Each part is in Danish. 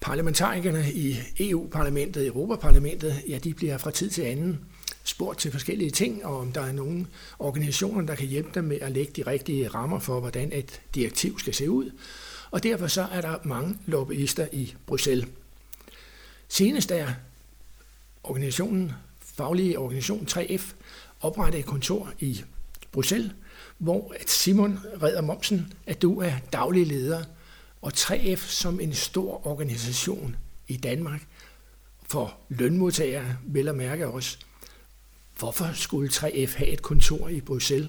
Parlamentarikerne i EU-parlamentet, Europaparlamentet, ja, de bliver fra tid til anden spurgt til forskellige ting, og om der er nogle organisationer, der kan hjælpe dem med at lægge de rigtige rammer for, hvordan et direktiv skal se ud. Og derfor så er der mange lobbyister i Bruxelles. Senest er faglige organisation 3F oprettet et kontor i Bruxelles, hvor Simon Reder Momsen, at du er daglig leder, og 3F som en stor organisation i Danmark for lønmodtagere, vel at mærke også. Hvorfor skulle 3F have et kontor i Bruxelles?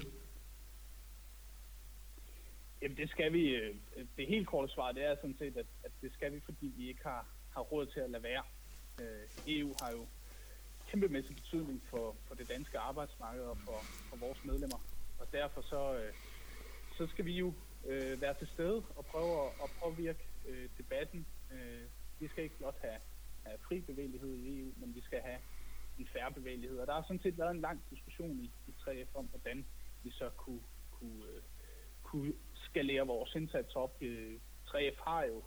Jamen det skal vi. Det helt korte svar, det er sådan set, at det skal vi, fordi vi ikke har råd til at lade være. EU har jo kæmpemæssig betydning for det danske arbejdsmarked og for vores medlemmer. Og derfor så skal vi jo være til stede og prøve at påvirke debatten. Vi skal ikke blot have fri bevægelighed i EU, men vi skal have en fair bevægelighed. Og der har sådan set været en lang diskussion i 3F om, hvordan vi så kunne skalere vores indsats op. 3F har jo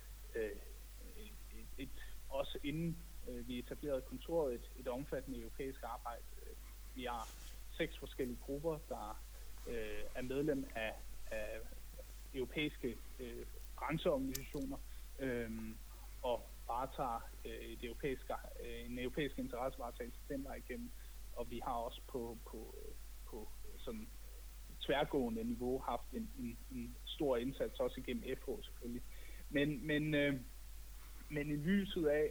også inden vi etablerede kontoret et omfattende europæisk arbejde. Vi har 6 forskellige grupper, der er medlem af europæiske brancheorganisationer og varetager en europæisk interessevaretagelse den vej igennem. Og vi har også på sådan tværgående niveau haft en stor indsats, også igennem FH selvfølgelig. Men i lyset af,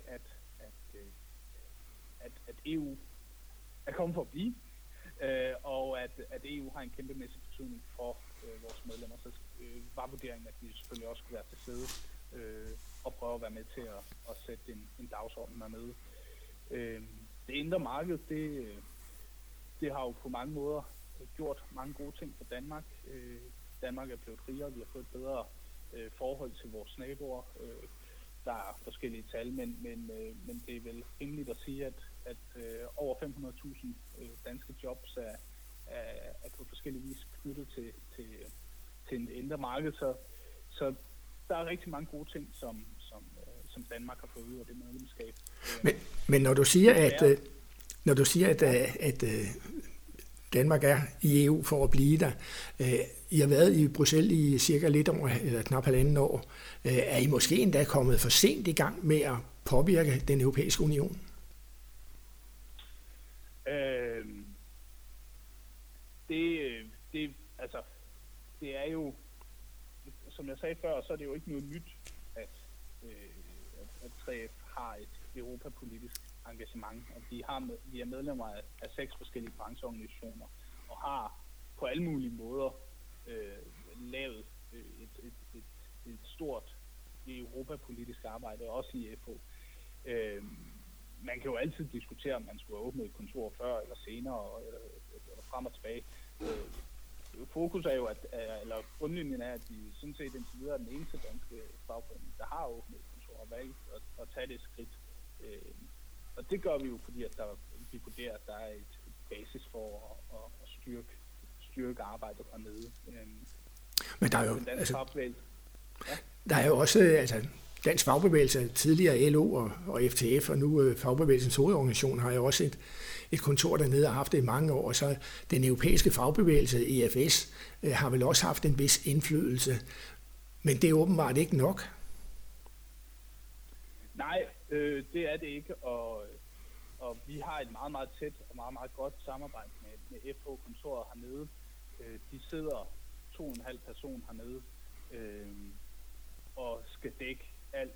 at EU er kommet for at blive, og at EU har en kæmpemæssig betydning for vores medlemmer, så var vurderingen, at vi selvfølgelig også skulle være til stede og prøve at være med til at sætte en dagsorden dernede. Det indre marked, det har jo på mange måder gjort mange gode ting for Danmark. Danmark er blevet rigere, vi har fået et bedre forhold til vores naboer. Der er forskellige tal, men det er vel rimeligt at sige, at over 500.000 danske jobs er på forskellige vis knyttet til en indre marked. Så der er rigtig mange gode ting, som Danmark har fået ud af det medlemskab. Men når du siger, at Danmark er i EU for at blive der. I har været i Bruxelles i cirka lidt over, eller knap halvanden år. Er I måske endda kommet for sent i gang med at påvirke den europæiske union? Det er jo, som jeg sagde før, så er det jo ikke noget nyt, at 3F har et europapolitisk engagement, og vi er medlemmer af 6 forskellige brancheorganisationer, og har på alle mulige måder lavet et stort europapolitisk arbejde, også i FH. Man kan jo altid diskutere, om man skulle åbne et kontor før eller senere, eller frem og tilbage. Fokus er jo, eller grundlinjen er, at vi sådan set indtil videre er den eneste danske fagforening, der har åbnet et kontor og valgt at tage det skridt. Og det gør vi jo, fordi at vi vurderer, at der er et basis for at styrke arbejdet hernede. Men der er jo, der er jo også, Dansk Fagbevægelse, tidligere LO og FTF, og nu Fagbevægelsens hovedorganisation, har jo også et kontor dernede og haft det i mange år. Og så den europæiske fagbevægelse, EFS, har vel også haft en vis indflydelse. Men det er åbenbart ikke nok. Nej, det er det ikke, og vi har et meget, meget tæt og meget, meget godt samarbejde med FH-kontoret hernede. De sidder 2,5 personer hernede og skal dække alt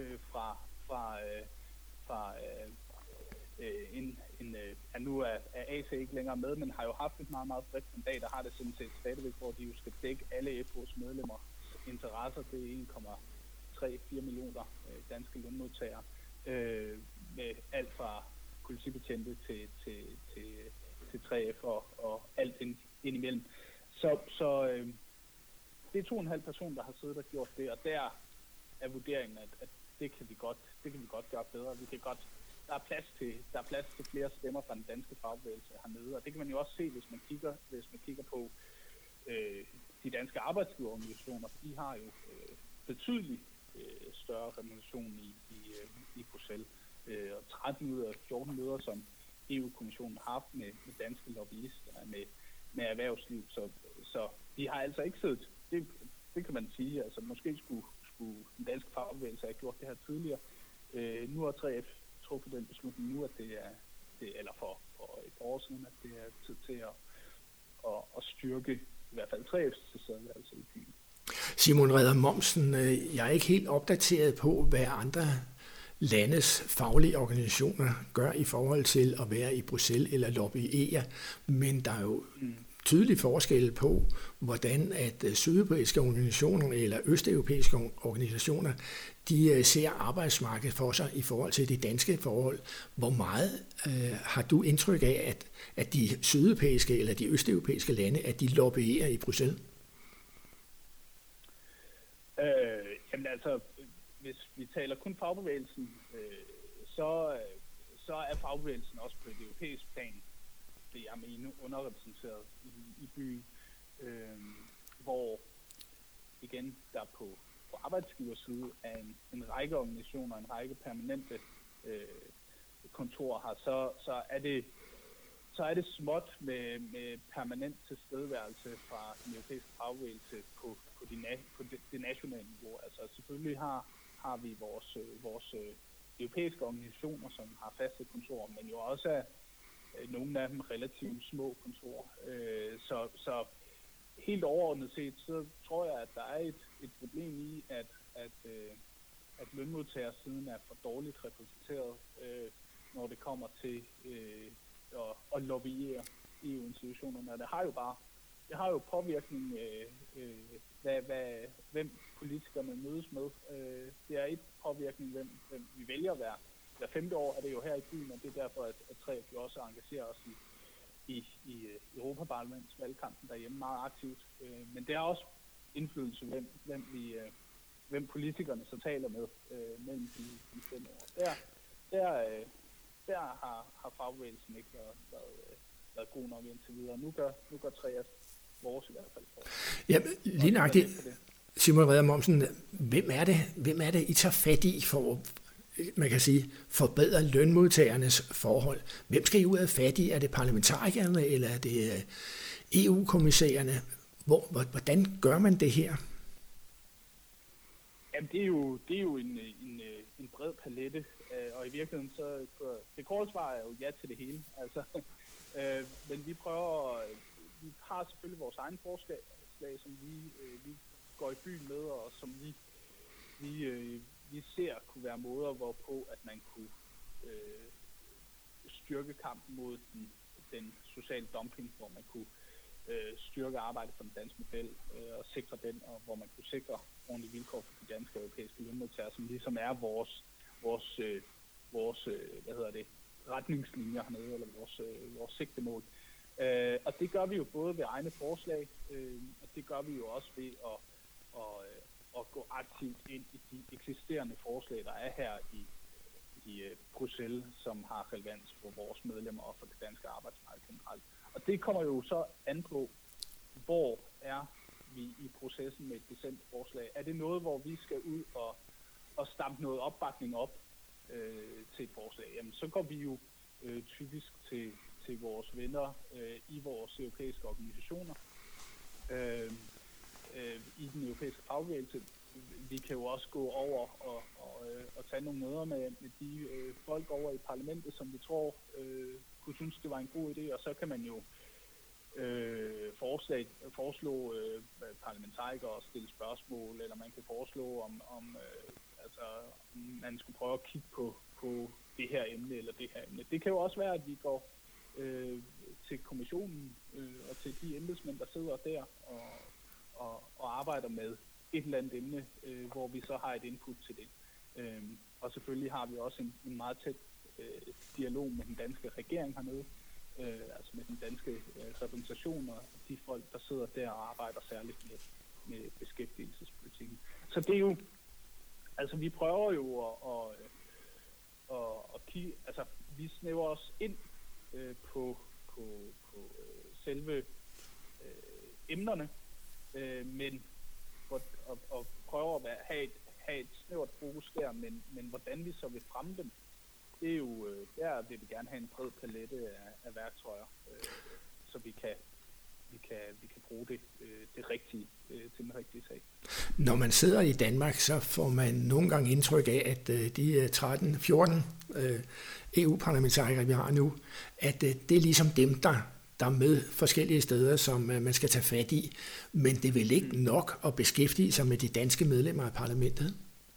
nu er AC ikke længere med, men har jo haft et meget, meget bredt mandat, og har det sådan set stadigvæk, hvor de jo skal dække alle FH's medlemmers interesser. Det er 1,3-4 millioner danske lønmodtagere, med alt fra politibetjente til 3F og alt ind imellem. Så det er 2,5 personer, der har siddet og gjort det, og der er vurderingen, at det kan vi godt gøre bedre. Der er plads til flere stemmer fra den danske fagbevægelse hernede, og det kan man jo også se, hvis man kigger på de danske arbejdsgiverorganisationer. De har jo betydelig større repræsentation i Bruxelles. Og 13 ud af 14 møder, som EU-kommissionen har haft med danske lobbyister, med erhvervsliv, så de har altså ikke siddet, det kan man sige, altså måske skulle den danske fagbevægelse have gjort det her tidligere. Nu har 3F truffet den beslutning nu, at eller for et år siden, at det er tid til at styrke i hvert fald 3F's tilstedeværelse i byen. Simon Reder Mommsen, jeg er ikke helt opdateret på, hvad andre landes faglige organisationer gør i forhold til at være i Bruxelles eller lobbyere, men der er jo tydelig forskel på, hvordan at sydeuropæiske organisationer eller østeuropæiske organisationer, de ser arbejdsmarkedet for sig i forhold til de danske forhold. Hvor meget har du indtryk af, at de sydeuropæiske eller de østeuropæiske lande, at de lobbyerer i Bruxelles? Jamen altså, hvis vi taler kun fagbevægelsen, så er fagbevægelsen også på et europæisk plan, det jeg mener, underrepræsenteret i byen, hvor igen der på arbejdsgiverside er en række organisationer, en række permanente kontorer her, så er det småt med permanent tilstedeværelse fra den europæiske fagbevægelse på det nationale niveau. Altså selvfølgelig har vi vores europæiske organisationer, som har faste kontorer, men jo også er nogle af dem relativt små kontorer. Så helt overordnet set, så tror jeg, at der er et problem i, at lønmodtagersiden er for dårligt repræsenteret, når det kommer til at lobbyere EU-institutionerne. Det har jo påvirkning, hvem politikerne mødes med. Det er et påvirkning, hvem vi vælger hver 5. år, er det jo her i byen, og det er derfor, at 3F jo også engagerer os i Europaparlamentsvalgkampen derhjemme meget aktivt. Men det har også indflydelse, hvem politikerne så taler med mellem de 5 år. Der har fagbevægelsen ikke været god nok indtil videre. Nu gør 3F vores i hvert fald. Ja, lige nøjagtigt. Simon Reder Mommsen, hvem er det, I tager fat i for, man kan sige, forbedre lønmodtagernes forhold? Hvem skal I ud af fat i? Er det parlamentarikerne, eller er det EU-kommissærerne? Hvordan gør man det her? Jamen, det er jo en bred palette, og i virkeligheden så det korte svar er jo ja til det hele. Altså, men vi har selvfølgelig vores egen forslag, som vi går i byen med, og som vi ser kunne være måder, hvorpå at man kunne styrke kampen mod den sociale dumping, hvor man kunne styrke arbejdet for den danske model og sikre den, og hvor man kunne sikre ordentlige vilkår for de danske og europæiske lønmodtagere, som ligesom er vores retningslinjer hernede, eller vores sigtemål. Og det gør vi jo både ved egne forslag, og det gør vi jo også ved at gå aktivt ind i de eksisterende forslag, der er her i Bruxelles, som har relevans for vores medlemmer og for det danske arbejdsmarked generelt. Og det kommer jo så an på, hvor er vi i processen med et bestemt forslag. Er det noget, hvor vi skal ud og stampe noget opbakning op til et forslag? Jamen, så går vi jo typisk til vores venner i vores europæiske organisationer, i den europæiske fagbevægelse. Vi kan jo også gå over og tage nogle møder med de folk over i parlamentet, som vi tror kunne synes, det var en god idé, og så kan man jo foreslå parlamentarikere at stille spørgsmål, eller man kan foreslå, om man skulle prøve at kigge på det her emne eller det her emne. Det kan jo også være, at vi går til kommissionen og til de embedsmænd, der sidder der og arbejder med et eller andet emne, hvor vi så har et input til det. Og selvfølgelig har vi også en meget tæt dialog med den danske regering hernede, altså med den danske repræsentation og de folk, der sidder der og arbejder særligt med beskæftigelsespolitikken. Så det er jo, altså vi prøver jo at kigge, altså vi snæver os ind på selve emnerne, men og prøver at have et fokus der, men hvordan vi så vil fremme dem, det er jo, der vil vi gerne have en bred palette af værktøjer, så vi kan bruge det rigtige til den rigtige sag. Når man sidder i Danmark, så får man nogle gange indtryk af, at de 13-14 EU-parlamentarikere, vi har nu, at det er ligesom dem, der er med forskellige steder, som man skal tage fat i. Men det vil ikke nok at beskæftige sig med de danske medlemmer af parlamentet?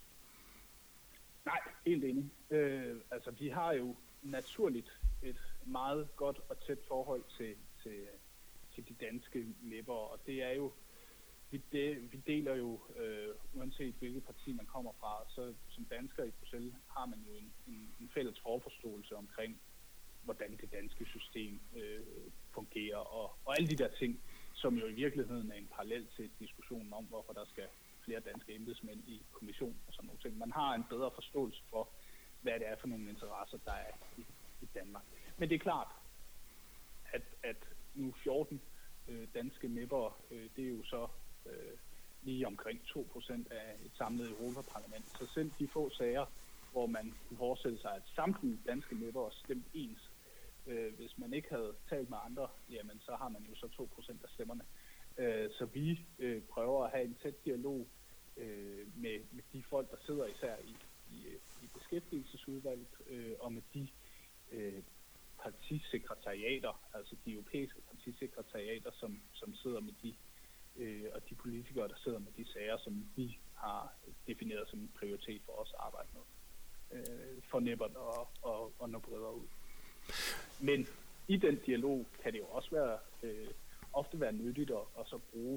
Nej, helt enig. Altså, vi har jo naturligt et meget godt og tæt forhold til de danske mep'er, og det er jo, vi deler jo, uanset hvilket parti man kommer fra, så som dansker i Bruxelles har man jo en fælles forforståelse omkring, hvordan det danske system fungerer, og alle de der ting, som jo i virkeligheden er en parallel til diskussionen om, hvorfor der skal flere danske embedsmænd i kommission og sådan nogle ting. Man har en bedre forståelse for, hvad det er for nogle interesser, der er i Danmark. Men det er klart, at nu 14 danske mep'er, det er jo så lige omkring 2% af et samlet Europaparlament. Så selv de få sager, hvor man kunne forestille sig, at samtlige danske mep'er stemte ens, hvis man ikke havde talt med andre, jamen så har man jo så 2% af stemmerne. Så vi prøver at have en tæt dialog med de folk, der sidder især i beskæftigelsesudvalget, og med de partisekretariater, altså de europæiske partisekretariater, som sidder med de og de politikere, der sidder med de sager, som vi har defineret som en prioritet for os at arbejde med, for netop at nå bredere ud. Men i den dialog kan det jo også ofte være nyttigt at så bruge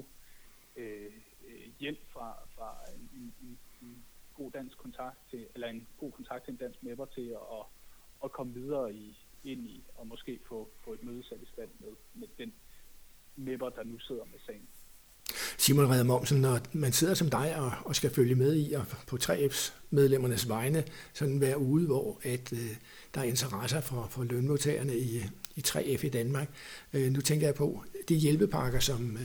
hjælp fra en god dansk kontakt til, eller en god kontakt til en dansk mep'er til at komme videre ind i og måske få et møde sat i stand med den mep'er, der nu sidder med sagen. Simon Reder Mommsen, når man sidder som dig og skal følge med i, og på 3F's medlemmernes vegne, sådan hver uge, hvor at, der er interesser for lønmodtagerne i 3F i Danmark. Nu tænker jeg på de hjælpepakker, som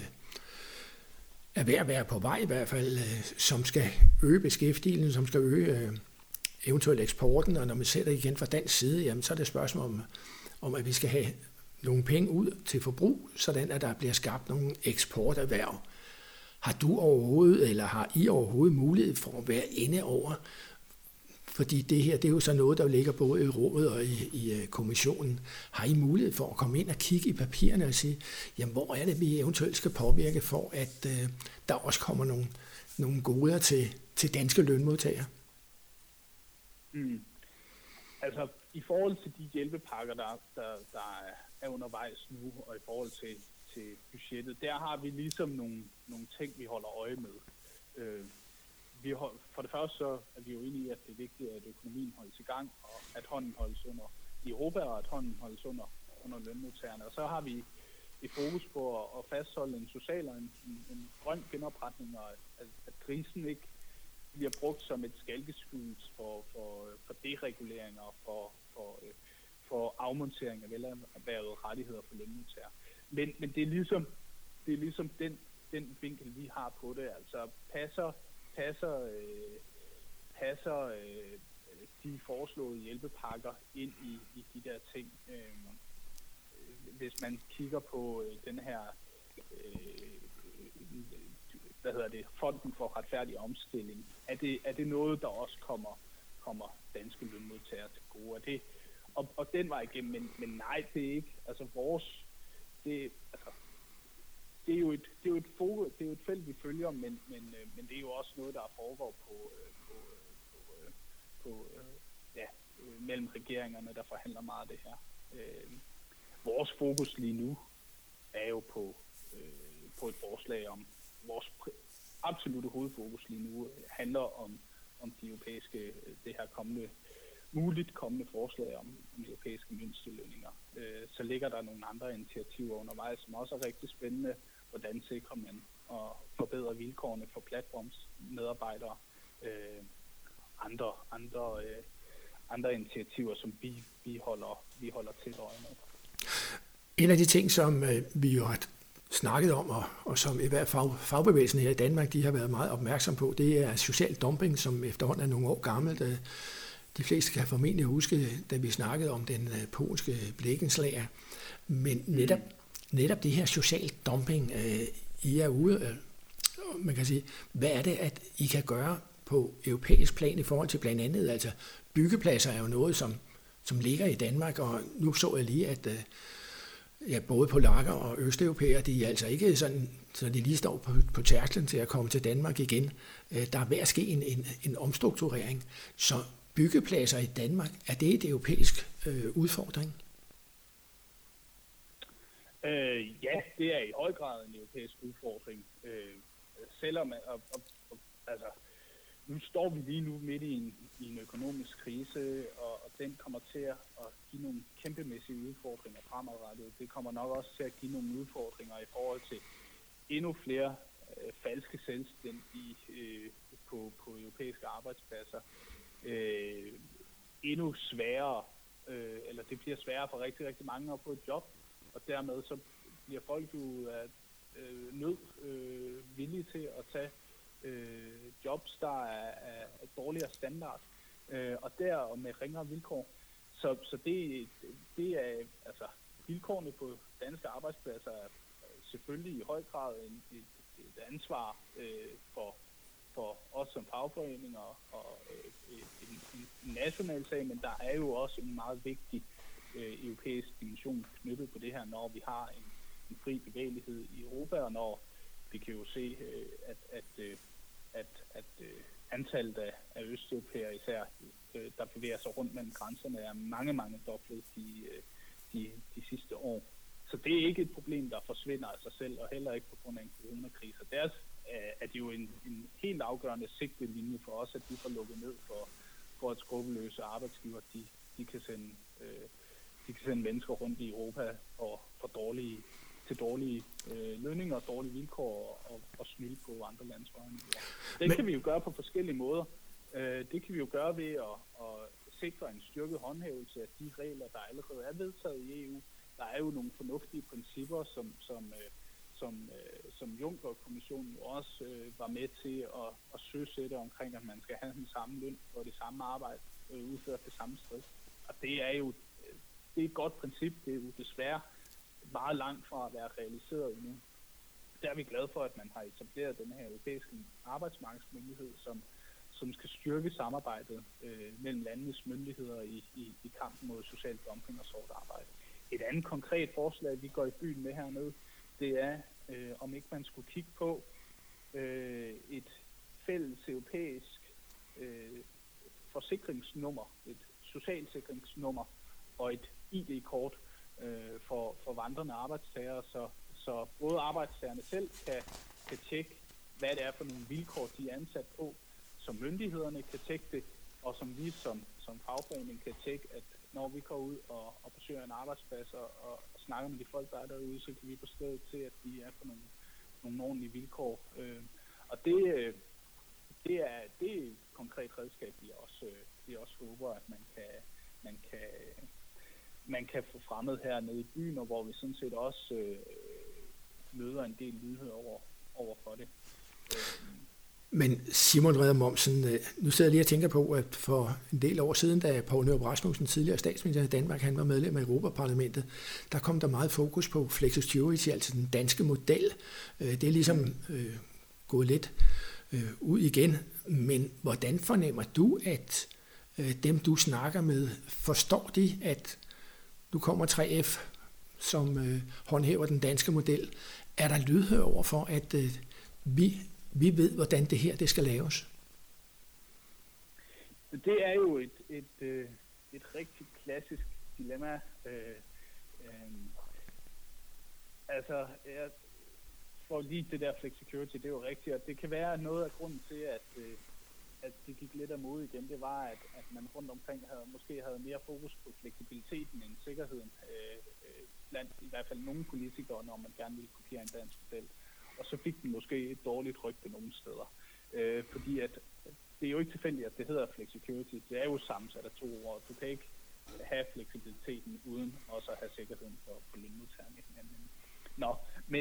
er ved at være på vej i hvert fald, som skal øge beskæftigelsen, som skal øge eventuelt eksporten, og når man ser det igen fra dansk side, jamen, så er det et spørgsmål om, at vi skal have nogle penge ud til forbrug, sådan at der bliver skabt nogle eksporterhverv. Har du overhovedet, eller har I overhovedet mulighed for at være inde over? Fordi det her, det er jo så noget, der ligger både i rådet og i kommissionen. Har I mulighed for at komme ind og kigge i papirerne og sige, jamen hvor er det, vi eventuelt skal påvirke for, at der også kommer nogle goder til danske lønmodtagere? Altså, i forhold til de hjælpepakker, der er undervejs nu, og i forhold til budgettet, der har vi ligesom nogle ting, vi holder øje med. For det første så er vi jo enige i, at det er vigtigt, at økonomien holdes i gang, og at hånden holdes under Europa, og at hånden holdes under lønmodtagerne. Og så har vi et fokus på at fastholde en social og en grøn genopretning, og at krisen ikke bliver brugt som et skalkeskjul for dereguleringer, for afmontering af velerhvervede rettigheder for lønmodtagere. Men det er ligesom den vinkel, vi har på det. Altså passer de foreslåede hjælpepakker ind i de der ting. Hvis man kigger på den her fonden for retfærdig omstilling, er det noget, der også kommer danske lønmodtagere til gode? Og den var igennem, men nej, det er ikke. Altså det er jo et felt, vi følger, men det er jo også noget, der foregår på mellem regeringerne, der forhandler meget af det her. Vores fokus lige nu er jo på et forslag om vores absolutte hovedfokus lige nu handler om de europæiske, det her kommende forslag om de europæiske mindstelønninger. Så ligger der nogle andre initiativer undervejs, som også er rigtig spændende. Hvordan sikrer man at forbedre vilkårene for platformsmedarbejdere, andre initiativer, som vi holder tæt øje med. En af de ting, som vi jo har snakket om, og som i hvert fald fagbevægelsen her i Danmark, de har været meget opmærksom på, det er social dumping, som efterhånden er nogle år gammelt. De fleste kan formentlig huske, da vi snakkede om den polske blikkenslager. Men netop det her social dumping, I er ude, man kan sige, hvad er det, at I kan gøre på europæisk plan i forhold til blandt andet, altså byggepladser er jo noget, som ligger i Danmark, og nu så jeg lige, at både polakker og østeuropæere, de er altså ikke sådan, så de lige står på tærsklen til at komme til Danmark igen. Der er ved at ske en omstrukturering, så byggepladser i Danmark, er det et europæisk udfordring? Ja, det er i høj grad en europæisk udfordring. Selvom, altså, nu står vi lige nu midt i en økonomisk krise, og den kommer til at give nogle kæmpemæssige udfordringer fremadrettet. Det kommer nok også til at give nogle udfordringer i forhold til endnu flere falske selvstændige på europæiske arbejdspladser. Endnu sværere, eller det bliver sværere for rigtig, rigtig mange at få et job, og dermed så bliver folk jo nødt villige til at tage jobs, der er dårligere standard, og med ringere vilkår. Så det er, altså, vilkårene på danske arbejdspladser er selvfølgelig i høj grad et ansvar for os som fagforeninger og en national sag, men der er jo også en meget vigtig europæisk dimension knyttet på det her, når vi har en fri bevægelighed i Europa, og når vi kan jo se, at antallet af østeuropæere især, der bevæger sig rundt mellem grænserne, er mange doblet de sidste år. Så det er ikke et problem, der forsvinder af sig selv, og heller ikke på grund af en coronakrise. Der er det jo en helt afgørende sigtelinje for os, at vi får lukket ned for at skrupelløse arbejdsgiver, de kan sende mennesker rundt i Europa og til dårlige lønninger og dårlige vilkår og snylde på andre lands vegne. Det kan vi jo gøre på forskellige måder. Det kan vi jo gøre ved at sikre en styrket håndhævelse af de regler, der allerede er vedtaget i EU. Der er jo nogle fornuftige principper, som Juncker-kommissionen jo også var med til at søsætte omkring, at man skal have den samme løn for det samme arbejde udført det samme sted. Og det er jo et godt princip. Det er jo desværre meget langt fra at være realiseret endnu. Der er vi glade for, at man har etableret den her europæiske arbejdsmarkedsmyndighed, som skal styrke samarbejdet mellem landenes myndigheder i kampen mod social dumping og sort arbejde. Et andet konkret forslag, vi går i byen med hernede, det er, om ikke man skulle kigge på et fælles europæisk forsikringsnummer, et socialsikringsnummer og et ID-kort for vandrende arbejdstagere, så både arbejdstagerne selv kan tjekke, hvad det er for nogle vilkår, de er ansat på, som myndighederne kan tjekke det, og som vi som fagforening kan tjekke, at når vi går ud og besøger en arbejdsplads og snakker med de folk, der er derude, så kan vi på stedet til, at de er på nogle ordentlige vilkår. Og det er et konkret redskab, vi også håber, at man kan få fremmet hernede i byen, og hvor vi sådan set også møder en del lydhed over for det. Men Simon Reder Mommsen, nu sidder jeg lige og tænker på, at for en del år siden, da Poul Nyrup Rasmussen, tidligere statsminister i Danmark, han var medlem af Europaparlamentet, der kom der meget fokus på flexicurity, altså den danske model. Det er ligesom gået lidt ud igen. Men hvordan fornemmer du, at dem, du snakker med, forstår de, at nu kommer 3F, som håndhæver den danske model? Er der lydhør over for, at vi ved, hvordan det her det skal laves? Det er jo et rigtig klassisk dilemma. Altså, for lige det der flexicurity, det er jo rigtigt, og det kan være noget af grunden til, at det gik lidt af mode igen, det var, at man rundt omkring måske havde mere fokus på fleksibiliteten end sikkerheden, blandt i hvert fald nogle politikere, når man gerne ville kopiere en dansk model. Og så fik den måske et dårligt rygte nogle steder. Fordi at det er jo ikke tilfældigt, at det hedder flexicurity. Det er jo sammensat af 2 ord. Du kan ikke have fleksibiliteten uden også at have sikkerheden for lønmodtagerne i hinanden. Men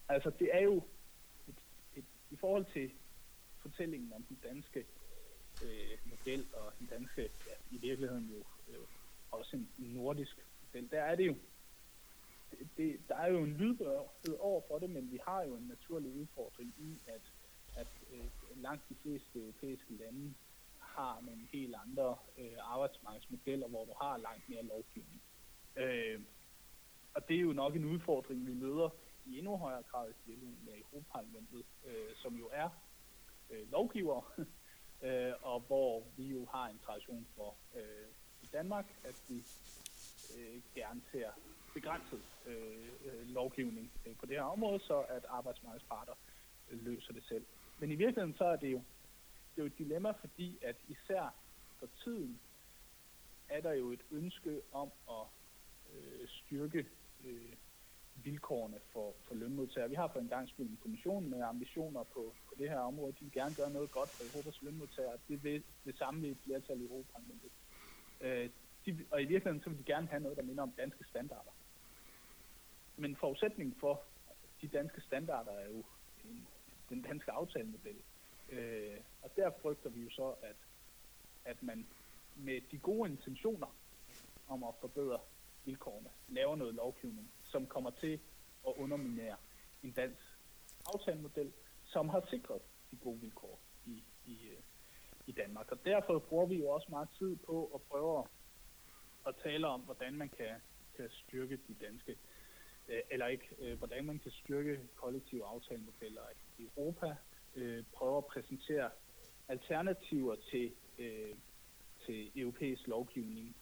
Altså, det er jo i forhold til fortællingen om den danske model og den danske, i virkeligheden jo også en nordisk model, der er det jo, der er jo en lydhørhed over for det, men vi har jo en naturlig udfordring i, at langt de fleste europæiske lande har nogle helt andre arbejdsmarkedsmodeller, hvor du har langt mere lovgivning. Og det er jo nok en udfordring, vi møder i endnu højere grad i dialog med Europaparlamentet, som jo er lovgiver, og hvor vi jo har en tradition for i Danmark, at vi gerne ser begrænset lovgivning på det her område, så at arbejdsmarkedsparter løser det selv. Men i virkeligheden så er det jo et dilemma, fordi at især for tiden er der jo et ønske om at styrke vilkårene for lønmodtagere. Vi har for en gang skyld en kommission med ambitioner på det her område. De vil gerne gøre noget godt for Europas lønmodtagere. Det vil det samme i flertal i Europaparlamentet. Og i virkeligheden så vil de gerne have noget, der minder om danske standarder. Men forudsætningen for de danske standarder er jo den danske aftalemodel. Og der frygter vi jo så, at man med de gode intentioner om at forbedre vilkårene laver noget lovgivning, som kommer til at underminere en dansk aftalemodel, som har sikret de gode vilkår i Danmark. Og derfor bruger vi jo også meget tid på at prøve at tale om, hvordan man kan styrke de danske, hvordan man kan styrke kollektive aftalemodeller i Europa, prøve at præsentere alternativer til europæisk lovgivning,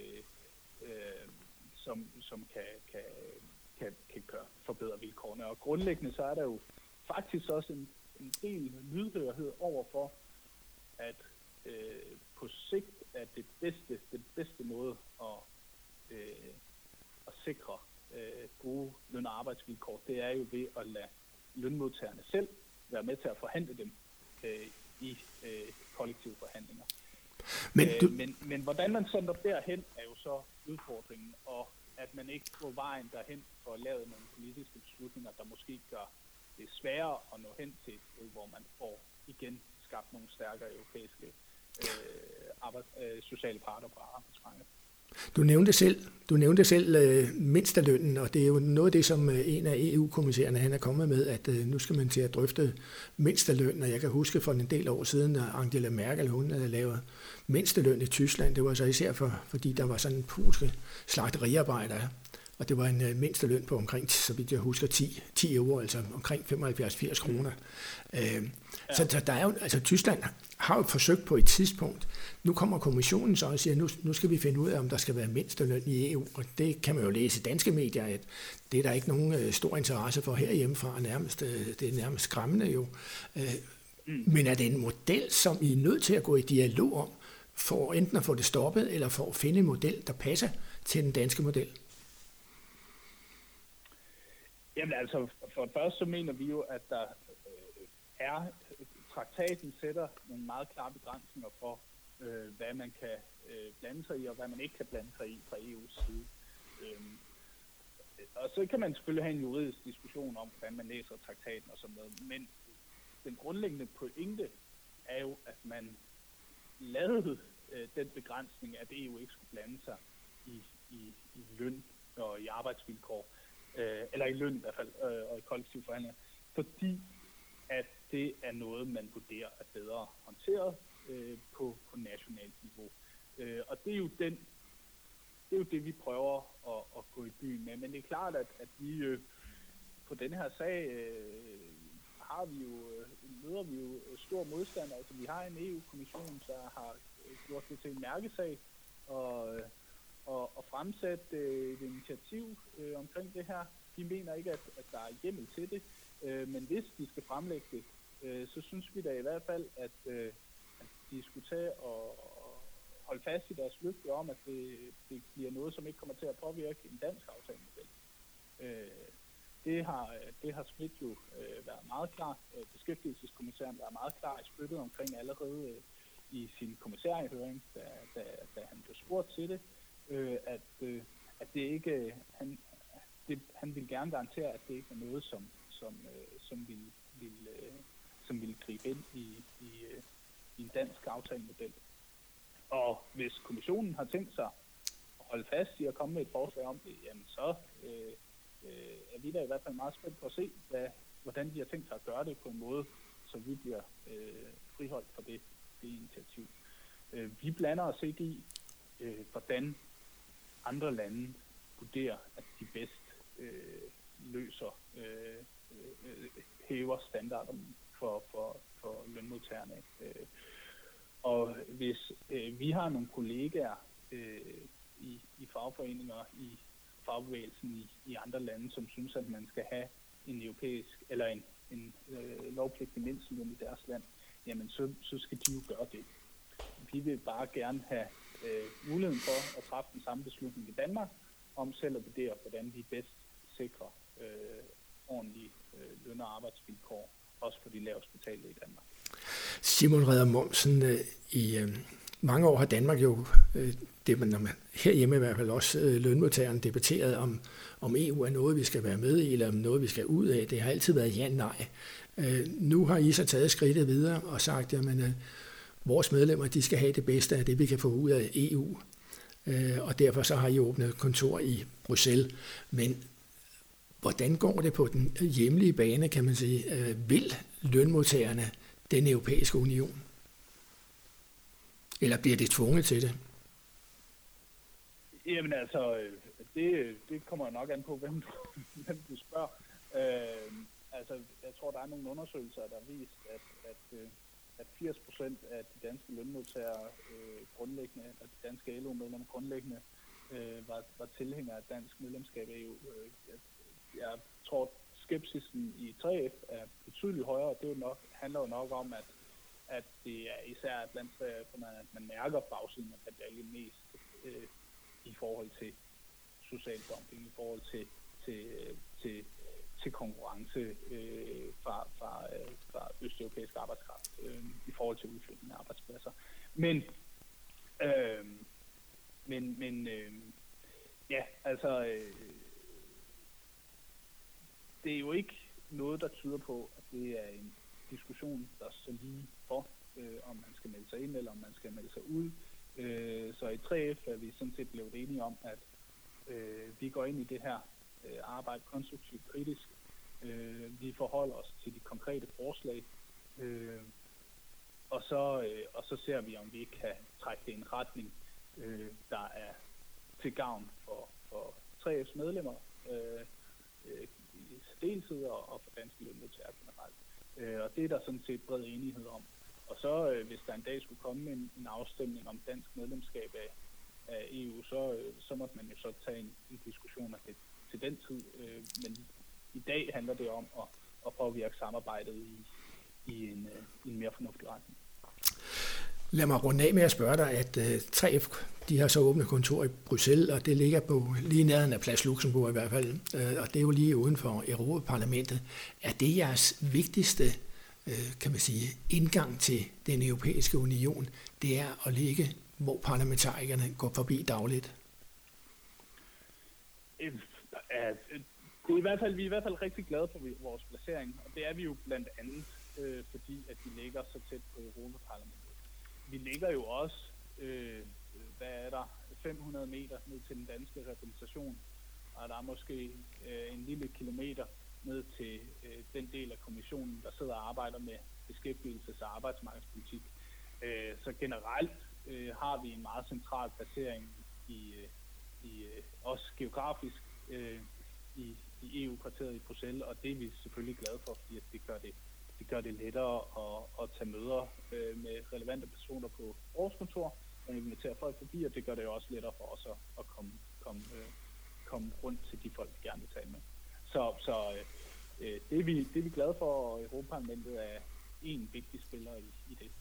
som kan forbedre vilkårene. Og grundlæggende så er der jo faktisk også en del lydhørhed overfor, at på sigt er den bedste måde at sikre gode løn- og arbejdsvilkår, det er jo ved at lade lønmodtagerne selv være med til at forhandle dem i kollektive forhandlinger. Men hvordan man sender derhen, er jo så udfordringen, og at man ikke på vejen derhen får lavet nogle politiske beslutninger, der måske gør det sværere at nå hen til et sted, hvor man får igen skabt nogle stærkere europæiske sociale parter på arbejdsmarkedet. Du nævnte selv mindstelønnen, og det er jo noget af det, som en af EU-kommissærerne han er kommet med, at nu skal man til at drøfte mindsteløn, og jeg kan huske for en del år siden, at Angela Merkel hun lavede mindsteløn i Tyskland. Det var så især fordi der var sådan en polske slagteriarbejdere, og det var en mindsteløn på omkring, så vidt jeg husker, 10 euro, altså omkring 75-80 kroner. Så der er jo, altså Tyskland har jo forsøgt på et tidspunkt. Nu kommer kommissionen så og siger, nu skal vi finde ud af, om der skal være mindsteløn i EU, og det kan man jo læse i danske medier, at det er der ikke nogen stor interesse for herhjemmefra, det er nærmest skræmmende jo. Men er det en model, som I er nødt til at gå i dialog om, for enten at få det stoppet, eller for at finde en model, der passer til den danske model? Jamen altså, for det første så mener vi jo, at der traktaten sætter nogle meget klare begrænsninger for, hvad man kan blande sig i, og hvad man ikke kan blande sig i fra EU's side. Og så kan man selvfølgelig have en juridisk diskussion om, hvordan man læser traktaten og sådan noget, men den grundlæggende pointe er jo, at man lavede den begrænsning, at EU ikke skulle blande sig i løn og i arbejdsvilkår, eller i løn i hvert fald, og i kollektive forhandlinger, fordi at det er noget, man vurderer er bedre håndteret på nationalt niveau. Og det er jo det, vi prøver at gå i byen med. Men det er klart, at vi på den her sag møder vi jo stor modstand. Altså vi har en EU-kommission, der har gjort det til en mærkesag og fremsat et initiativ omkring det her. De mener ikke, at der er hjemmel til det, men hvis de skal fremlægge det, så synes vi da i hvert fald, at de skulle tage og holde fast i deres løfte om, at det bliver noget, som ikke kommer til at påvirke en dansk aftalemodel. Det har Schmidt jo været meget klar. Beskæftigelseskommissæren var meget klar i spyttet omkring allerede i sin kommissærhøring, da han blev spurgt til det, at det ikke, han vil gerne garantere, at det ikke er noget, som ville gribe ind i en dansk aftalemodel. Og hvis kommissionen har tænkt sig at holde fast i at komme med et forslag om det, jamen så er vi da i hvert fald meget spændt på at se, hvordan de har tænkt sig at gøre det på en måde, så vi bliver friholdt for det initiativ. Vi blander os ikke i, hvordan andre lande vurderer, at de bedst hæver standarderne for lønmodtagerne. Og hvis vi har nogle kollegaer i fagforeninger, i fagbevægelsen i andre lande, som synes, at man skal have en europæisk eller en lovpligtig mindsteløn i deres land, jamen så skal de jo gøre det. Vi vil bare gerne have muligheden for at træffe den samme beslutning i Danmark, om selv at vurdere, hvordan vi bedst sikrer ordentlige løn- og arbejdsvilkår, også for de lavest betalte i Danmark. Simon Reder Mommsen, i mange år har Danmark jo, herhjemme i hvert fald også lønmodtageren debatteret, om EU er noget, vi skal være med i, eller om noget, vi skal ud af. Det har altid været ja-nej. Nu har I så taget skridtet videre og sagt, at vores medlemmer, de skal have det bedste af det, vi kan få ud af EU. Og derfor så har I åbnet kontor i Bruxelles. Men hvordan går det på den hjemlige bane, kan man sige? Vil lønmodtagerne den europæiske union? Eller bliver det tvunget til det? Jamen altså, det kommer nok an på, hvem du spørger. Jeg tror, der er nogle undersøgelser, der har vist, at 80% af de danske lønmodtagere grundlæggende, at de danske LO-medlemmer grundlæggende var tilhængere af dansk medlemskab af EU. Jeg tror, skepsisen i 3F er betydeligt højere, og det handler jo nok om, at det er især blandt 3F'erne, at man mærker bagsiden af medaljen mest i forhold til social dumping, i forhold til konkurrence fra østeuropæisk arbejdskraft, i forhold til udflytning af arbejdspladser. Det er jo ikke noget, der tyder på, at det er en diskussion, der så lige for, om man skal melde sig ind, eller om man skal melde sig ud. Så i 3F er vi sådan set blevet enige om, at vi går ind i det her arbejde konstruktivt kritisk. Vi forholder os til de konkrete forslag, og så ser vi, om vi ikke kan trække det i en retning, der er til gavn for 3F's medlemmer i særdeleshed og for danske lønmodtagere generelt. Og det er der sådan set bred enighed om. Og så hvis der en dag skulle komme en afstemning om dansk medlemskab af EU, så måtte man jo så tage en diskussion af det til den tid. Men i dag handler det om at påvirke samarbejdet i en mere fornuftig retning. Lad mig runde af med at spørge dig, at 3F de har så åbnet kontor i Bruxelles, og det ligger på lige nærheden af Plads Luxembourg i hvert fald, og det er jo lige uden for Europaparlamentet. Er det jeres vigtigste, kan man sige, indgang til den europæiske union, det er at ligge, hvor parlamentarikerne går forbi dagligt? Vi er i hvert fald rigtig glade for vores placering, og det er vi jo blandt andet, fordi at vi ligger så tæt på Europaparlamentet. Vi ligger jo også, 500 meter ned til den danske repræsentation, og der er måske en lille kilometer ned til den del af kommissionen, der sidder og arbejder med beskæftigelses- og arbejdsmarkedspolitik. Så generelt har vi en meget central placering også geografisk i EU-kvarteret i Bruxelles, og det er vi selvfølgelig glade for, fordi det gør det lettere at tage møder med relevante personer på vores kontor, og invitere folk forbi, og det gør det også lettere for os at komme rundt til de folk, vi gerne vil tale med. Så det er vi glade for, og Europaparlamentet er en vigtig spiller i det.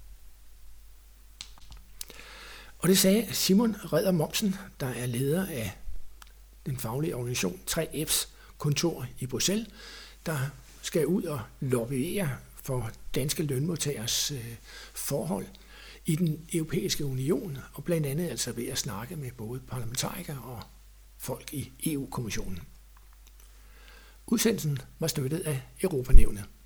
Og det sagde Simon Reder Mommsen, der er leder af den faglige organisation 3F's kontor i Bruxelles, der skal ud og lobbyere for danske lønmodtagers forhold i den europæiske union, og blandt andet altså ved at snakke med både parlamentarikere og folk i EU-kommissionen. Udsendelsen var støttet af Europanævnet.